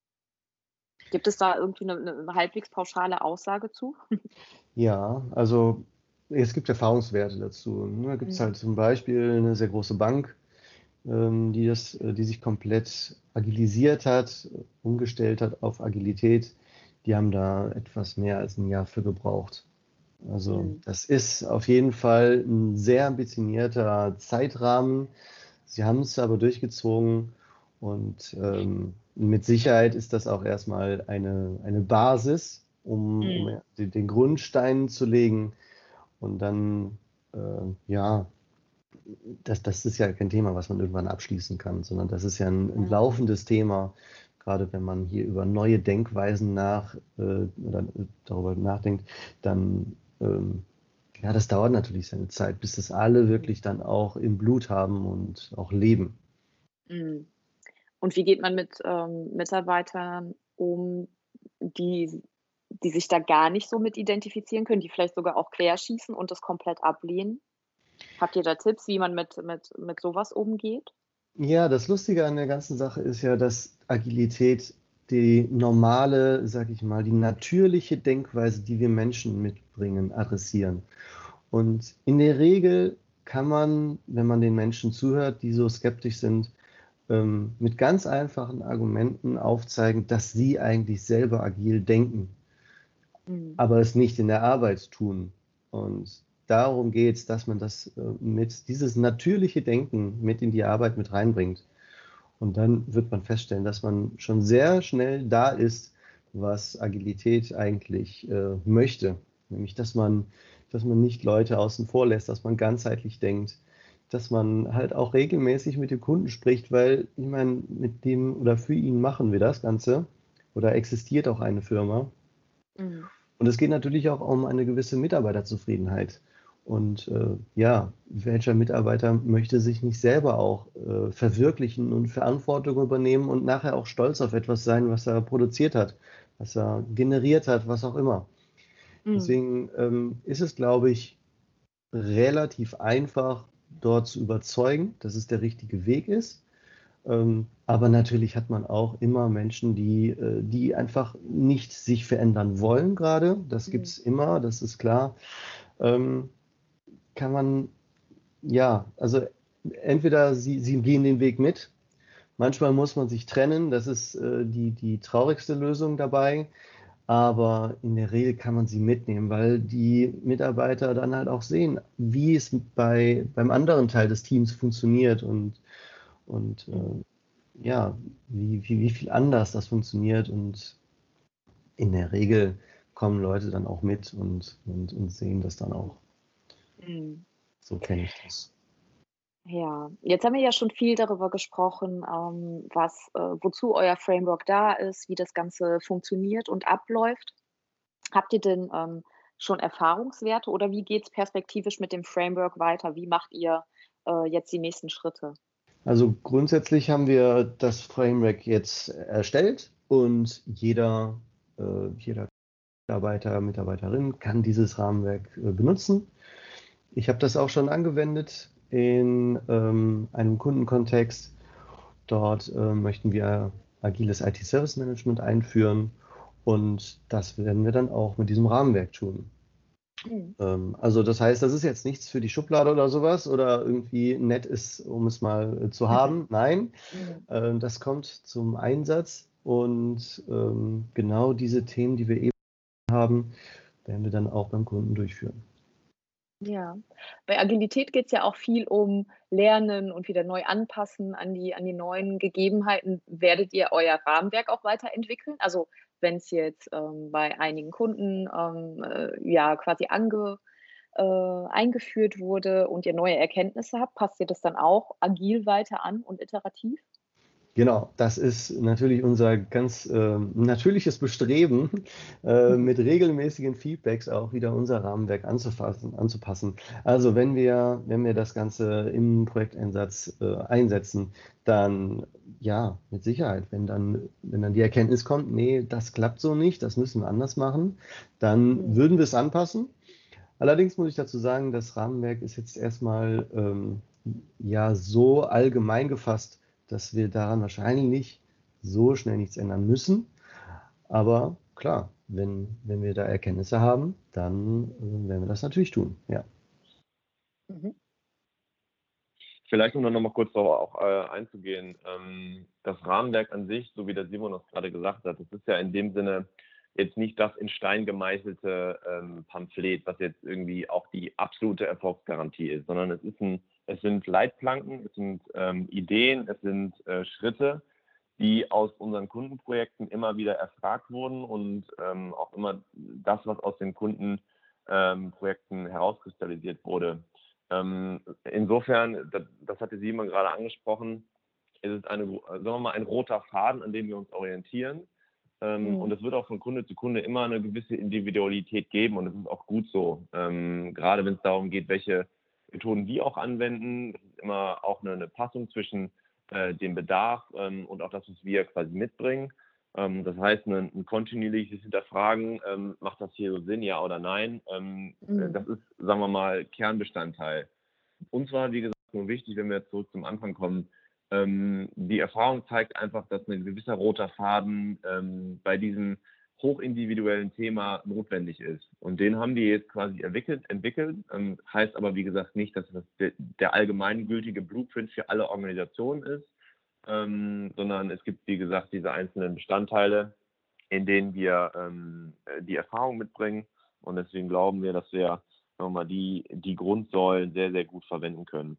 Gibt es da irgendwie eine halbwegs pauschale Aussage zu? Ja, also es gibt Erfahrungswerte dazu. Da gibt es halt zum Beispiel eine sehr große Bank, die sich komplett agilisiert hat, umgestellt hat auf Agilität. Die haben da etwas mehr als ein Jahr für gebraucht. Also das ist auf jeden Fall ein sehr ambitionierter Zeitrahmen. Sie haben es aber durchgezogen und mit Sicherheit ist das auch erstmal eine Basis, um den Grundstein zu legen, Und dann, ja, das ist ja kein Thema, was man irgendwann abschließen kann, sondern das ist ja ein laufendes Thema, gerade wenn man hier über neue Denkweisen oder darüber nachdenkt, dann, ja, das dauert natürlich seine Zeit, bis das alle wirklich dann auch im Blut haben und auch leben. Mhm. Und wie geht man mit Mitarbeitern um, die sich da gar nicht so mit identifizieren können, die vielleicht sogar auch querschießen und das komplett ablehnen? Habt ihr da Tipps, wie man mit sowas umgeht? Ja, das Lustige an der ganzen Sache ist ja, dass Agilität die normale, sag ich mal, die natürliche Denkweise, die wir Menschen mitbringen, adressieren. Und in der Regel kann man, wenn man den Menschen zuhört, die so skeptisch sind, mit ganz einfachen Argumenten aufzeigen, dass sie eigentlich selber agil denken, Mhm. aber es nicht in der Arbeit tun. Und darum geht es, dass man das dieses natürliche Denken mit in die Arbeit mit reinbringt. Und dann wird man feststellen, dass man schon sehr schnell da ist, was Agilität eigentlich möchte. Nämlich, dass man nicht Leute außen vor lässt, dass man ganzheitlich denkt, dass man halt auch regelmäßig mit dem Kunden spricht, weil ich meine, mit dem oder für ihn machen wir das Ganze oder existiert auch eine Firma. Mhm. Und es geht natürlich auch um eine gewisse Mitarbeiterzufriedenheit. Und ja, welcher Mitarbeiter möchte sich nicht selber auch verwirklichen und Verantwortung übernehmen und nachher auch stolz auf etwas sein, was er produziert hat, was er generiert hat, was auch immer. Mhm. Deswegen ist es, glaube ich, relativ einfach, dort zu überzeugen, dass es der richtige Weg ist. Aber natürlich hat man auch immer Menschen, die einfach nicht sich verändern wollen gerade. Das gibt Mhm. es immer, das ist klar. Ähm, kann man, ja, also entweder sie gehen den Weg mit. Manchmal muss man sich trennen, das ist die traurigste Lösung dabei. Aber in der Regel kann man sie mitnehmen, weil die Mitarbeiter dann halt auch sehen, wie es beim anderen Teil des Teams funktioniert und Mhm. ja, wie viel anders das funktioniert. Und in der Regel kommen Leute dann auch mit und sehen das dann auch. Mhm. So kenne ich das. Ja, jetzt haben wir ja schon viel darüber gesprochen, wozu euer Framework da ist, wie das Ganze funktioniert und abläuft. Habt ihr denn, schon Erfahrungswerte oder wie geht's perspektivisch mit dem Framework weiter? Wie macht ihr, jetzt die nächsten Schritte? Also grundsätzlich haben wir das Framework jetzt erstellt und jeder Mitarbeiter, Mitarbeiterin kann dieses Rahmenwerk benutzen. Ich habe das auch schon angewendet in einem Kundenkontext. Dort möchten wir agiles IT-Service Management einführen und das werden wir dann auch mit diesem Rahmenwerk tun. Mhm. Also das heißt, das ist jetzt nichts für die Schublade oder sowas oder irgendwie nett ist, um es mal zu haben. Nein, Mhm. das kommt zum Einsatz und genau diese Themen, die wir eben haben, werden wir dann auch beim Kunden durchführen. Ja. Bei Agilität geht's ja auch viel um Lernen und wieder neu anpassen an die neuen Gegebenheiten. Werdet ihr euer Rahmenwerk auch weiterentwickeln? Also, wenn's jetzt, bei einigen Kunden, ja, quasi eingeführt wurde und ihr neue Erkenntnisse habt, passt ihr das dann auch agil weiter an und iterativ? Genau, das ist natürlich unser ganz natürliches Bestreben, mit regelmäßigen Feedbacks auch wieder unser Rahmenwerk anzupassen. Also wenn wir das Ganze im Projekteinsatz einsetzen, dann ja, mit Sicherheit, wenn dann die Erkenntnis kommt, nee, das klappt so nicht, das müssen wir anders machen, dann Mhm. würden wir es anpassen. Allerdings muss ich dazu sagen, das Rahmenwerk ist jetzt erstmal ja so allgemein gefasst, dass wir daran wahrscheinlich nicht so schnell nichts ändern müssen. Aber klar, wenn wir da Erkenntnisse haben, dann werden wir das natürlich tun. Ja. Mhm. Vielleicht, um dann nochmal kurz darauf auch einzugehen, das Rahmenwerk an sich, so wie der Simon das gerade gesagt hat, das ist ja in dem Sinne jetzt nicht das in Stein gemeißelte Pamphlet, was jetzt irgendwie auch die absolute Erfolgsgarantie ist, sondern es sind Leitplanken, es sind Ideen, es sind Schritte, die aus unseren Kundenprojekten immer wieder erfragt wurden und auch immer das, was aus den Kunden Projekten herauskristallisiert wurde. Insofern, das hatte Simon gerade angesprochen, ist es sagen wir mal, ein roter Faden, an dem wir uns orientieren. Und es wird auch von Kunde zu Kunde immer eine gewisse Individualität geben und das ist auch gut so. Gerade wenn es darum geht, welche Methoden die auch anwenden, das ist immer auch eine Passung zwischen dem Bedarf und auch das, was wir quasi mitbringen. Das heißt, ein kontinuierliches Hinterfragen, macht das hier so Sinn, ja oder nein? Das ist, sagen wir mal, Kernbestandteil. Uns war, wie gesagt, nur wichtig, wenn wir jetzt zurück zum Anfang kommen, die Erfahrung zeigt einfach, dass ein gewisser roter Faden bei diesem hochindividuellen Thema notwendig ist. Und den haben die jetzt quasi entwickelt. Heißt aber, wie gesagt, nicht, dass das der allgemeingültige Blueprint für alle Organisationen ist, sondern es gibt, wie gesagt, diese einzelnen Bestandteile, in denen wir die Erfahrung mitbringen. Und deswegen glauben wir, dass wir nochmal die Grundsäulen sehr, sehr gut verwenden können.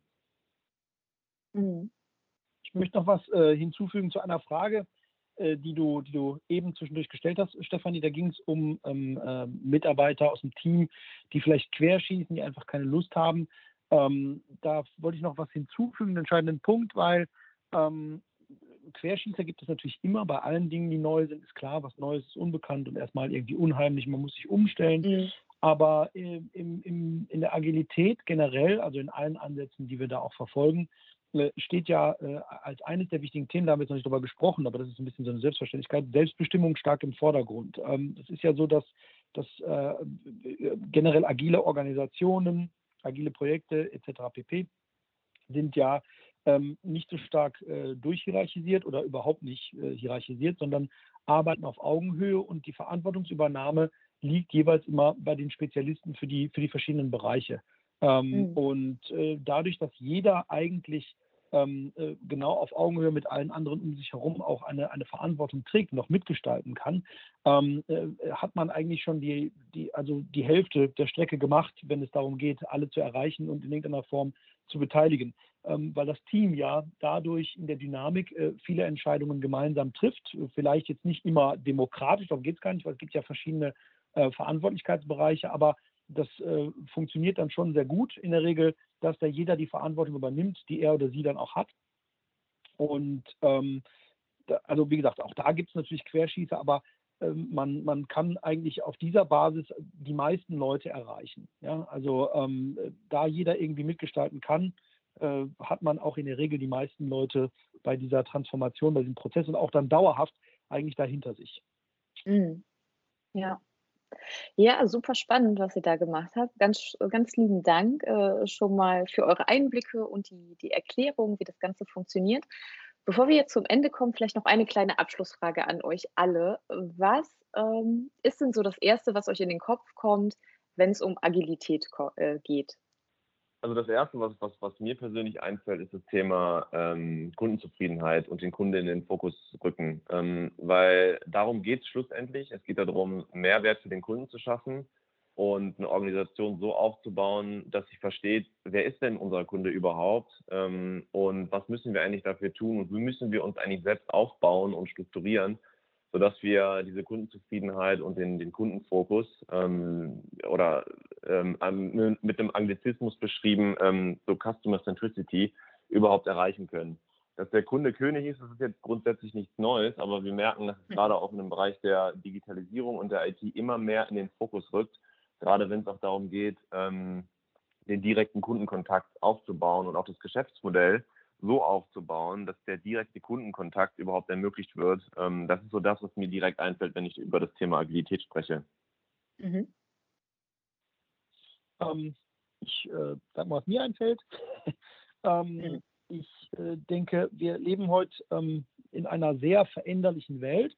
Ich möchte noch was hinzufügen zu einer Frage, die du eben zwischendurch gestellt hast, Stefanie. Da ging es um Mitarbeiter aus dem Team, die vielleicht querschießen, die einfach keine Lust haben. Da wollte ich noch was hinzufügen, einen entscheidenden Punkt, weil Querschießer gibt es natürlich immer bei allen Dingen, die neu sind. Ist klar, was Neues ist unbekannt und erstmal irgendwie unheimlich, man muss sich umstellen. Aber in der Agilität generell, also in allen Ansätzen, die wir da auch verfolgen, steht ja als eines der wichtigen Themen, da haben wir jetzt noch nicht drüber gesprochen, aber das ist ein bisschen so eine Selbstverständlichkeit, Selbstbestimmung stark im Vordergrund. Das ist ja so, dass generell agile Organisationen, agile Projekte etc. pp. Sind ja nicht so stark durchhierarchisiert oder überhaupt nicht hierarchisiert, sondern arbeiten auf Augenhöhe und die Verantwortungsübernahme liegt jeweils immer bei den Spezialisten für die verschiedenen Bereiche. Und dadurch, dass jeder eigentlich genau auf Augenhöhe mit allen anderen um sich herum auch eine Verantwortung trägt und auch mitgestalten kann, hat man eigentlich schon die Hälfte der Strecke gemacht, wenn es darum geht, alle zu erreichen und in irgendeiner Form zu beteiligen. Weil das Team ja dadurch in der Dynamik viele Entscheidungen gemeinsam trifft. Vielleicht jetzt nicht immer demokratisch, darum geht es gar nicht, weil es gibt ja verschiedene Verantwortlichkeitsbereiche, aber das funktioniert dann schon sehr gut in der Regel, dass da jeder die Verantwortung übernimmt, die er oder sie dann auch hat. Und also wie gesagt, auch da gibt es natürlich Querschießer, aber man kann eigentlich auf dieser Basis die meisten Leute erreichen. Ja? Also da jeder irgendwie mitgestalten kann, hat man auch in der Regel die meisten Leute bei dieser Transformation, bei diesem Prozess und auch dann dauerhaft eigentlich dahinter sich. Ja. Ja, super spannend, was ihr da gemacht habt. Ganz, ganz lieben Dank schon mal für eure Einblicke und die Erklärung, wie das Ganze funktioniert. Bevor wir jetzt zum Ende kommen, vielleicht noch eine kleine Abschlussfrage an euch alle. Was ist denn so das Erste, was euch in den Kopf kommt, wenn es um Agilität geht? Also das Erste, was mir persönlich einfällt, ist das Thema Kundenzufriedenheit und den Kunden in den Fokus rücken. Weil darum geht es schlussendlich. Es geht darum, Mehrwert für den Kunden zu schaffen und eine Organisation so aufzubauen, dass sie versteht, wer ist denn unser Kunde überhaupt und was müssen wir eigentlich dafür tun und wie müssen wir uns eigentlich selbst aufbauen und strukturieren, sodass wir diese Kundenzufriedenheit und den Kundenfokus mit dem Anglizismus beschrieben, so Customer Centricity überhaupt erreichen können. Dass der Kunde König ist, das ist jetzt grundsätzlich nichts Neues, aber wir merken, dass es gerade auch in dem Bereich der Digitalisierung und der IT immer mehr in den Fokus rückt, gerade wenn es auch darum geht, den direkten Kundenkontakt aufzubauen und auch das Geschäftsmodell so aufzubauen, dass der direkte Kundenkontakt überhaupt ermöglicht wird. Das ist so das, was mir direkt einfällt, wenn ich über das Thema Agilität spreche. Ich sag mal, was mir einfällt. Ich denke, wir leben heute in einer sehr veränderlichen Welt.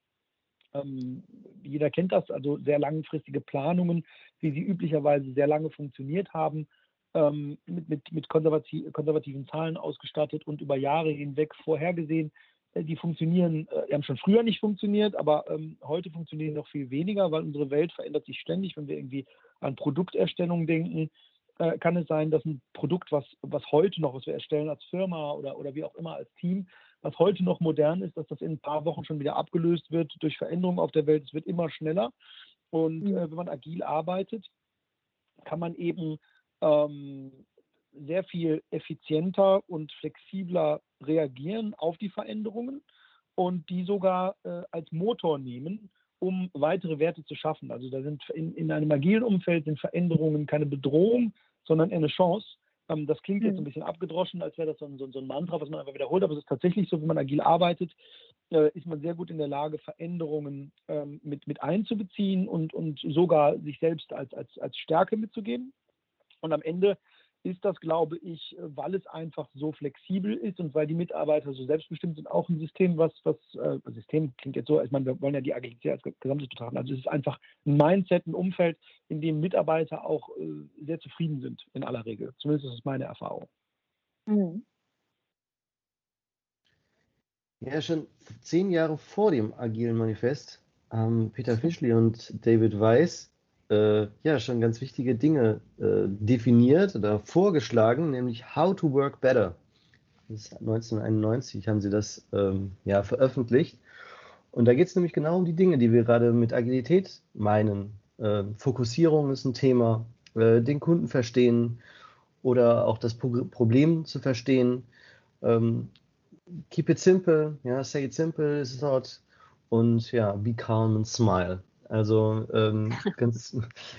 Jeder kennt das, also sehr langfristige Planungen, wie sie üblicherweise sehr lange funktioniert haben, mit konservativen Zahlen ausgestattet und über Jahre hinweg vorhergesehen. Die funktionieren, die haben schon früher nicht funktioniert, aber heute funktionieren noch viel weniger, weil unsere Welt verändert sich ständig. Wenn wir irgendwie an Produkterstellung denken, kann es sein, dass ein Produkt, was heute noch, was wir erstellen als Firma oder wie auch immer als Team, was heute noch modern ist, dass das in ein paar Wochen schon wieder abgelöst wird durch Veränderungen auf der Welt. Es wird immer schneller. Und wenn man agil arbeitet, kann man eben sehr viel effizienter und flexibler reagieren auf die Veränderungen und die sogar als Motor nehmen, um weitere Werte zu schaffen. Also da sind in einem agilen Umfeld sind Veränderungen keine Bedrohung, sondern eher eine Chance. Das klingt jetzt ein bisschen abgedroschen, als wäre das so ein Mantra, was man einfach wiederholt, aber es ist tatsächlich so, wenn man agil arbeitet, ist man sehr gut in der Lage, Veränderungen mit einzubeziehen und sogar sich selbst als Stärke mitzugeben. Und am Ende ist das, glaube ich, weil es einfach so flexibel ist und weil die Mitarbeiter so selbstbestimmt sind, auch ein System, System klingt jetzt so, ich meine, wir wollen ja die Agilität als Gesamtes betrachten. Also es ist einfach ein Mindset, ein Umfeld, in dem Mitarbeiter auch sehr zufrieden sind, in aller Regel. Zumindest ist das meine Erfahrung. Ja, schon 10 Jahre vor dem Agilen Manifest haben Peter Fischli und David Weiss schon ganz wichtige Dinge definiert oder vorgeschlagen, nämlich How to Work Better. Das ist 1991 haben sie das veröffentlicht. Und da geht es nämlich genau um die Dinge, die wir gerade mit Agilität meinen. Fokussierung ist ein Thema, den Kunden verstehen oder auch das Problem zu verstehen. Keep it simple, say it simple is thought und be calm and smile. Also ganz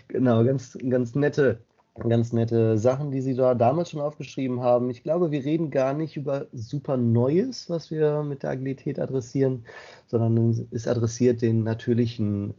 nette Sachen, die Sie da damals schon aufgeschrieben haben. Ich glaube, wir reden gar nicht über super Neues, was wir mit der Agilität adressieren, sondern es adressiert den natürlichen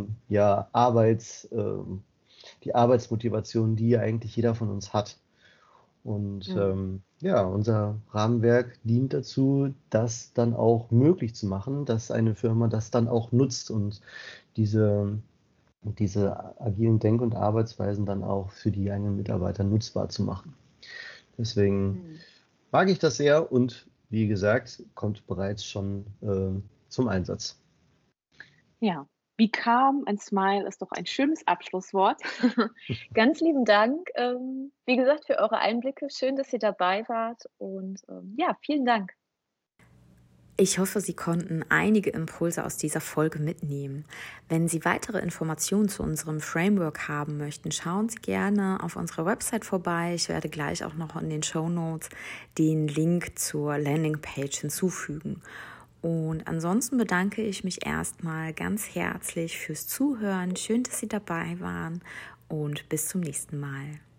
die Arbeitsmotivation, die ja eigentlich jeder von uns hat. Und unser Rahmenwerk dient dazu, das dann auch möglich zu machen, dass eine Firma das dann auch nutzt und diese agilen Denk- und Arbeitsweisen dann auch für die eigenen Mitarbeiter nutzbar zu machen. Deswegen mag ich das sehr und wie gesagt, kommt bereits schon zum Einsatz. Ja, be calm and smile ist doch ein schönes Abschlusswort. Ganz lieben Dank, wie gesagt, für eure Einblicke. Schön, dass ihr dabei wart und vielen Dank. Ich hoffe, Sie konnten einige Impulse aus dieser Folge mitnehmen. Wenn Sie weitere Informationen zu unserem Framework haben möchten, schauen Sie gerne auf unserer Website vorbei. Ich werde gleich auch noch in den Shownotes den Link zur Landingpage hinzufügen. Und ansonsten bedanke ich mich erstmal ganz herzlich fürs Zuhören. Schön, dass Sie dabei waren und bis zum nächsten Mal.